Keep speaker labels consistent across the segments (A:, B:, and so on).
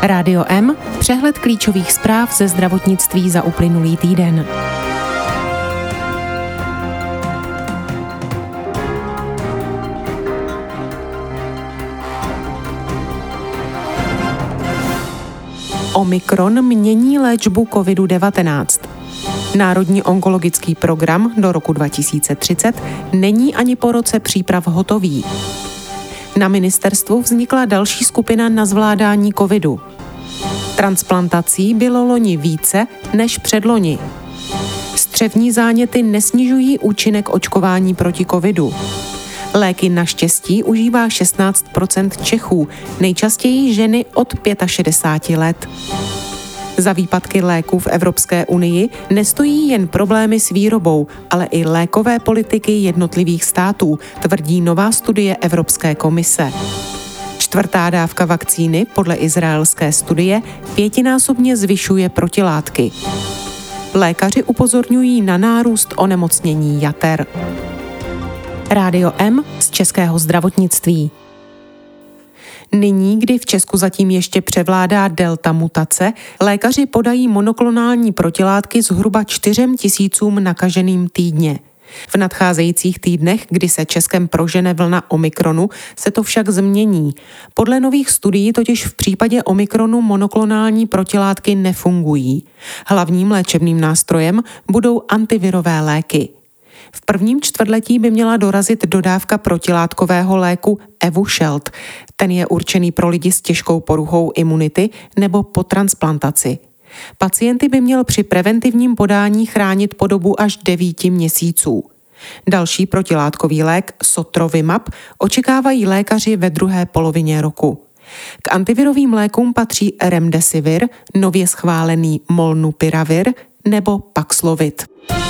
A: Rádio M, přehled klíčových zpráv ze zdravotnictví za uplynulý týden. Omikron mění léčbu COVID-19. Národní onkologický program do roku 2030 není ani po roce příprav hotový. Na ministerstvu vznikla další skupina na zvládání covidu. Transplantací bylo loni více než předloni. Střevní záněty nesnižují účinek očkování proti covidu. Léky naštěstí užívá 16% Čechů, nejčastěji ženy od 65 let. Za výpadky léků v Evropské unii nestojí jen problémy s výrobou, ale i lékové politiky jednotlivých států, tvrdí nová studie Evropské komise. 4. dávka vakcíny podle izraelské studie 5násobně zvyšuje protilátky. Lékaři upozorňují na nárůst onemocnění jater. Rádio M z českého zdravotnictví. Nyní, kdy v Česku zatím ještě převládá delta mutace, lékaři podají monoklonální protilátky zhruba 4 000 nakaženým týdně. V nadcházejících týdnech, kdy se Českem prožene vlna Omikronu, se to však změní. Podle nových studií totiž v případě Omikronu monoklonální protilátky nefungují. Hlavním léčebným nástrojem budou antivirové léky. V prvním čtvrtletí by měla dorazit dodávka protilátkového léku Evusheld. Ten je určený pro lidi s těžkou poruchou imunity nebo po transplantaci. Pacienty by měl při preventivním podání chránit po dobu až 9 měsíců. Další protilátkový lék Sotrovimab očekávají lékaři ve druhé polovině roku. K antivirovým lékům patří Remdesivir, nově schválený Molnupiravir nebo Paxlovid.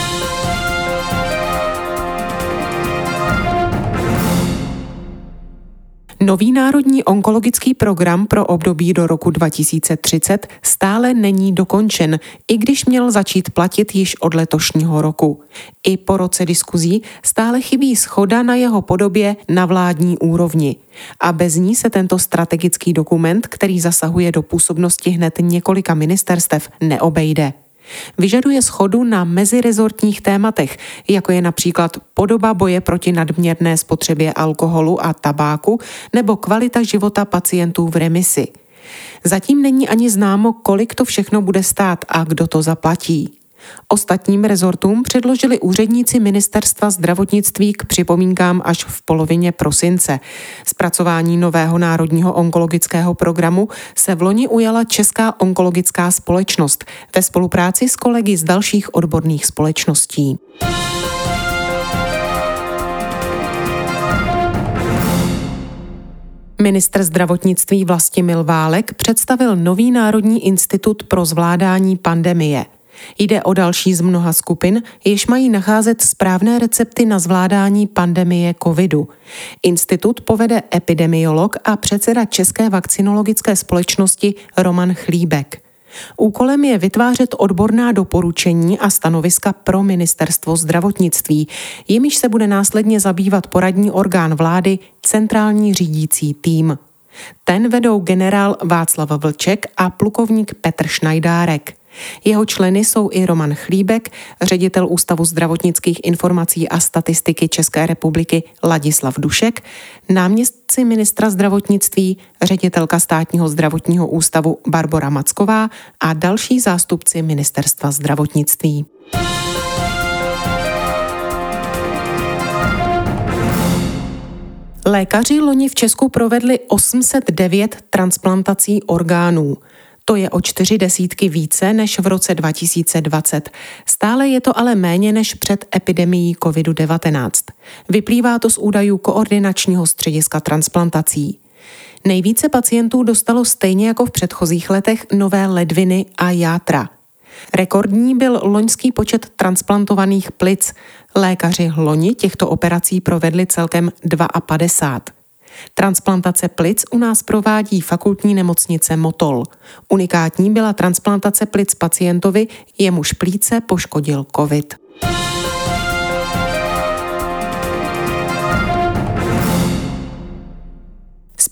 A: Nový národní onkologický program pro období do roku 2030 stále není dokončen, i když měl začít platit již od letošního roku. I po roce diskuzí stále chybí shoda na jeho podobě na vládní úrovni. A bez ní se tento strategický dokument, který zasahuje do působnosti hned několika ministerstev, neobejde. Vyžaduje shodu na mezirezortních tématech, jako je například podoba boje proti nadměrné spotřebě alkoholu a tabáku nebo kvalita života pacientů v remisi. Zatím není ani známo, kolik to všechno bude stát a kdo to zaplatí. Ostatním rezortům předložili úředníci Ministerstva zdravotnictví k připomínkám až v polovině prosince. Zpracování nového národního onkologického programu se vloni ujala Česká onkologická společnost ve spolupráci s kolegy z dalších odborných společností. Ministr zdravotnictví Vlastimil Válek představil nový Národní institut pro zvládání pandemie. Jde o další z mnoha skupin, jež mají nacházet správné recepty na zvládání pandemie covidu. Institut povede epidemiolog a předseda České vakcinologické společnosti Roman Chlíbek. Úkolem je vytvářet odborná doporučení a stanoviska pro ministerstvo zdravotnictví, jimiž se bude následně zabývat poradní orgán vlády, centrální řídící tým. Ten vedou generál Václav Vlček a plukovník Petr Šnajdárek. Jeho členy jsou i Roman Chlíbek, ředitel Ústavu zdravotnických informací a statistiky České republiky Ladislav Dušek, náměstci ministra zdravotnictví, ředitelka Státního zdravotního ústavu Barbora Macková a další zástupci ministerstva zdravotnictví. Lékaři loni v Česku provedli 809 transplantací orgánů. To je o 40 více než v roce 2020. Stále je to ale méně než před epidemií COVID-19. Vyplývá to z údajů Koordinačního střediska transplantací. Nejvíce pacientů dostalo stejně jako v předchozích letech nové ledviny a játra. Rekordní byl loňský počet transplantovaných plic. Lékaři loni těchto operací provedli celkem 52. Transplantace plic u nás provádí fakultní nemocnice Motol. Unikátní byla transplantace plic pacientovi, jemuž plíce poškodil covid.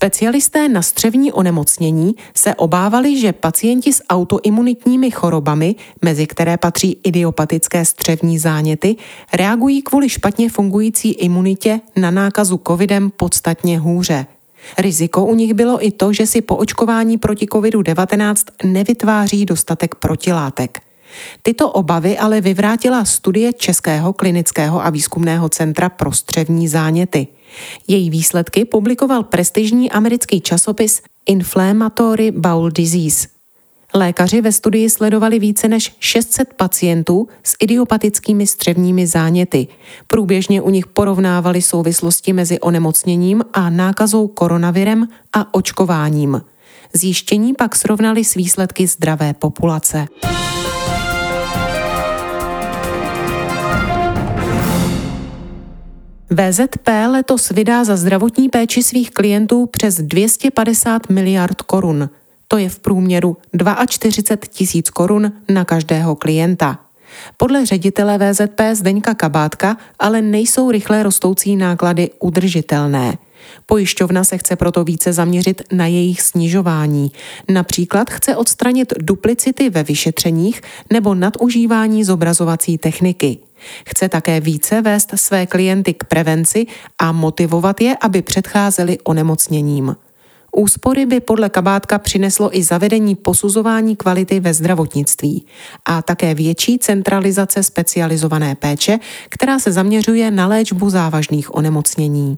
A: Specialisté na střevní onemocnění se obávali, že pacienti s autoimunitními chorobami, mezi které patří idiopatické střevní záněty, reagují kvůli špatně fungující imunitě na nákazu covidem podstatně hůře. Riziko u nich bylo i to, že si po očkování proti covidu-19 nevytváří dostatek protilátek. Tyto obavy ale vyvrátila studie Českého klinického a výzkumného centra pro střevní záněty. Její výsledky publikoval prestižní americký časopis Inflammatory Bowel Disease. Lékaři ve studii sledovali více než 600 pacientů s idiopatickými střevními záněty. Průběžně u nich porovnávali souvislosti mezi onemocněním a nákazou koronavirem a očkováním. Zjištění pak srovnali s výsledky zdravé populace. VZP letos vydá za zdravotní péči svých klientů přes 250 miliard korun. To je v průměru 42 000 korun na každého klienta. Podle ředitele VZP Zdeňka Kabátka ale nejsou rychle rostoucí náklady udržitelné. Pojišťovna se chce proto více zaměřit na jejich snižování. Například chce odstranit duplicity ve vyšetřeních nebo nadužívání zobrazovací techniky. Chce také více vést své klienty k prevenci a motivovat je, aby předcházeli onemocněním. Úspory by podle Kabátka přineslo i zavedení posuzování kvality ve zdravotnictví a také větší centralizace specializované péče, která se zaměřuje na léčbu závažných onemocnění.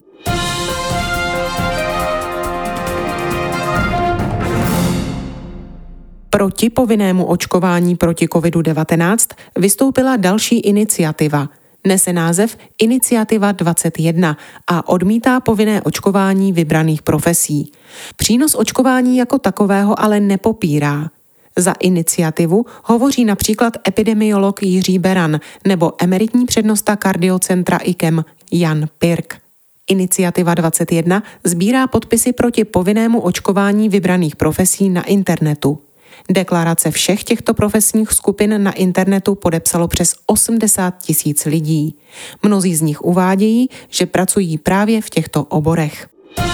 A: Proti povinnému očkování proti covidu-19 vystoupila další iniciativa. Nese název Iniciativa 21 a odmítá povinné očkování vybraných profesí. Přínos očkování jako takového ale nepopírá. Za iniciativu hovoří například epidemiolog Jiří Beran nebo emeritní přednosta kardiocentra IKEM Jan Pirk. Iniciativa 21 sbírá podpisy proti povinnému očkování vybraných profesí na internetu. Deklarace všech těchto profesních skupin na internetu podepsalo přes 80 000 lidí. Mnozí z nich uvádějí, že pracují právě v těchto oborech.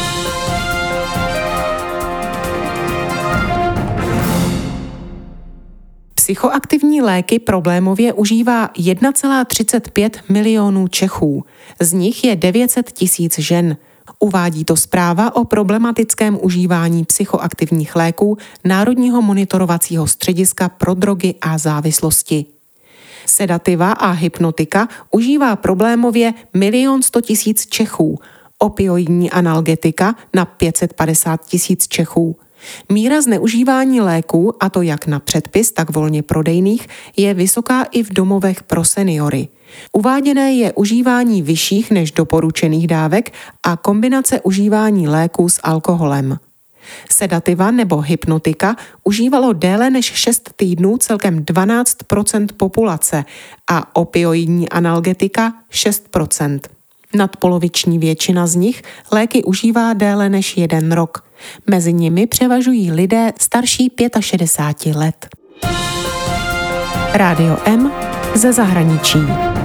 A: Psychoaktivní léky problémově užívá 1,35 milionů Čechů. Z nich je 900 000 žen. Uvádí to zpráva o problematickém užívání psychoaktivních léků Národního monitorovacího střediska pro drogy a závislosti. Sedativa a hypnotika užívá problémově 1 100 000 Čechů, opioidní analgetika na 550 000 Čechů. Míra zneužívání léků, a to jak na předpis, tak volně prodejných, je vysoká i v domovech pro seniory. Uváděné je užívání vyšších než doporučených dávek a kombinace užívání léků s alkoholem. Sedativa nebo hypnotika užívalo déle než 6 týdnů celkem 12% populace a opioidní analgetika 6%. Nadpoloviční většina z nich léky užívá déle než 1 rok. Mezi nimi převažují lidé starší 65 let. Rádio M ze zahraničí.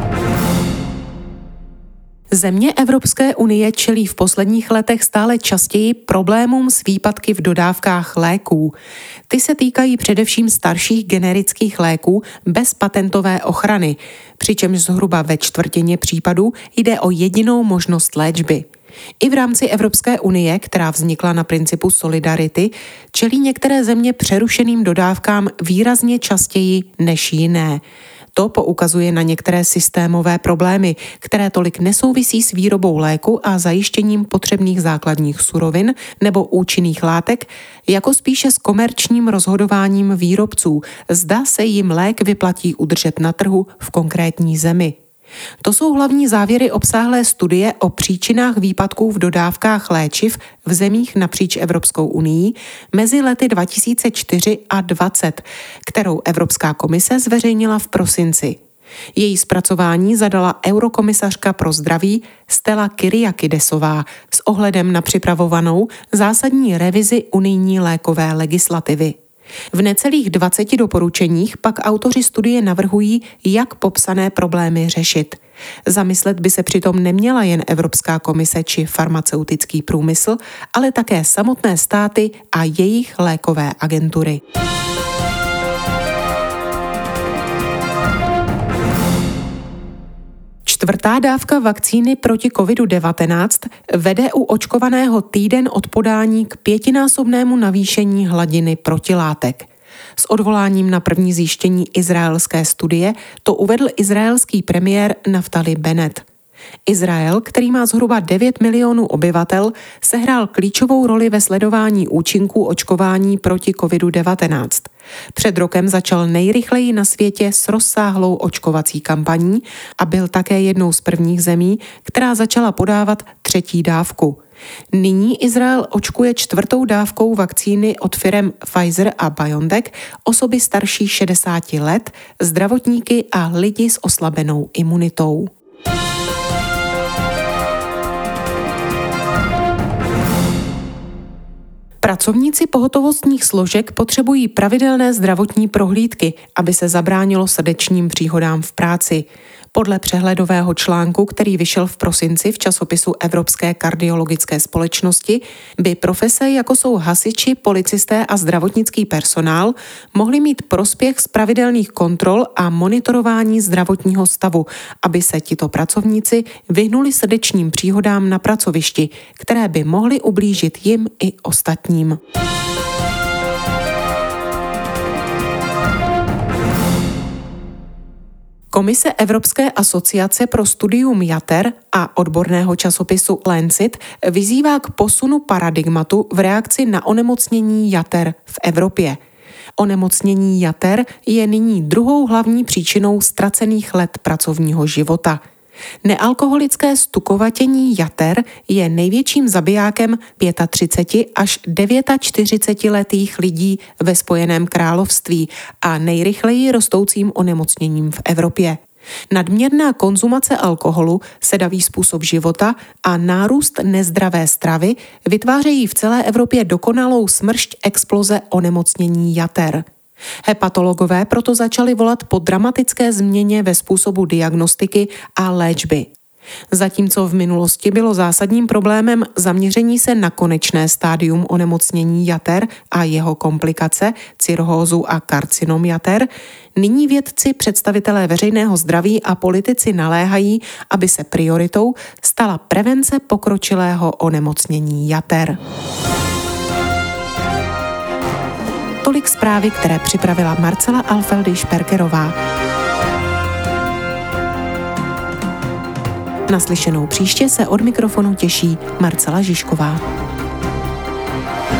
A: Země Evropské unie čelí v posledních letech stále častěji problémům s výpadky v dodávkách léků. Ty se týkají především starších generických léků bez patentové ochrany, přičemž zhruba ve čtvrtině případů jde o jedinou možnost léčby. I v rámci Evropské unie, která vznikla na principu solidarity, čelí některé země přerušeným dodávkám výrazně častěji než jiné. To poukazuje na některé systémové problémy, které tolik nesouvisí s výrobou léku a zajištěním potřebných základních surovin nebo účinných látek, jako spíše s komerčním rozhodováním výrobců, zda se jim lék vyplatí udržet na trhu v konkrétní zemi. To jsou hlavní závěry obsáhlé studie o příčinách výpadků v dodávkách léčiv v zemích napříč Evropskou unií mezi lety 2004 a 2020, kterou Evropská komise zveřejnila v prosinci. Její zpracování zadala eurokomisařka pro zdraví Stella Kyriakidesová s ohledem na připravovanou zásadní revizi unijní lékové legislativy. V necelých 20 doporučeních pak autoři studie navrhují, jak popsané problémy řešit. Zamyslet by se přitom neměla jen Evropská komise či farmaceutický průmysl, ale také samotné státy a jejich lékové agentury. Čtvrtá dávka vakcíny proti COVID-19 vede u očkovaného týden od podání k 5násobnému navýšení hladiny protilátek. S odvoláním na první zjištění izraelské studie to uvedl izraelský premiér Naftali Bennett. Izrael, který má zhruba 9 milionů obyvatel, sehrál klíčovou roli ve sledování účinků očkování proti COVID-19. Před rokem začal nejrychleji na světě s rozsáhlou očkovací kampaní a byl také jednou z prvních zemí, která začala podávat 3. dávku. Nyní Izrael očkuje 4. dávkou vakcíny od firem Pfizer a BioNTech osoby starší 60 let, zdravotníky a lidi s oslabenou imunitou. Pracovníci pohotovostních složek potřebují pravidelné zdravotní prohlídky, aby se zabránilo srdečním příhodám v práci. Podle přehledového článku, který vyšel v prosinci v časopisu Evropské kardiologické společnosti, by profese, jako jsou hasiči, policisté a zdravotnický personál, mohli mít prospěch z pravidelných kontrol a monitorování zdravotního stavu, aby se tito pracovníci vyhnuli srdečním příhodám na pracovišti, které by mohly ublížit jim i ostatním. Komise Evropské asociace pro studium jater a odborného časopisu Lancet vyzývá k posunu paradigmatu v reakci na onemocnění jater v Evropě. Onemocnění jater je nyní druhou hlavní příčinou ztracených let pracovního života. Nealkoholické stukovatění jater je největším zabijákem 35 až 49letých lidí ve Spojeném království a nejrychleji rostoucím onemocněním v Evropě. Nadměrná konzumace alkoholu, sedavý způsob života a nárůst nezdravé stravy vytvářejí v celé Evropě dokonalou smršť exploze onemocnění jater. Hepatologové proto začali volat po dramatické změně ve způsobu diagnostiky a léčby. Zatímco v minulosti bylo zásadním problémem zaměření se na konečné stádium onemocnění jater a jeho komplikace, cirhózu a karcinom jater, nyní vědci, představitelé veřejného zdraví a politici naléhají, aby se prioritou stala prevence pokročilého onemocnění jater. Tolik zprávy, které připravila Marcela Alfeldy-Šperkerová. Naslyšenou příště se od mikrofonu těší Marcela Žižková.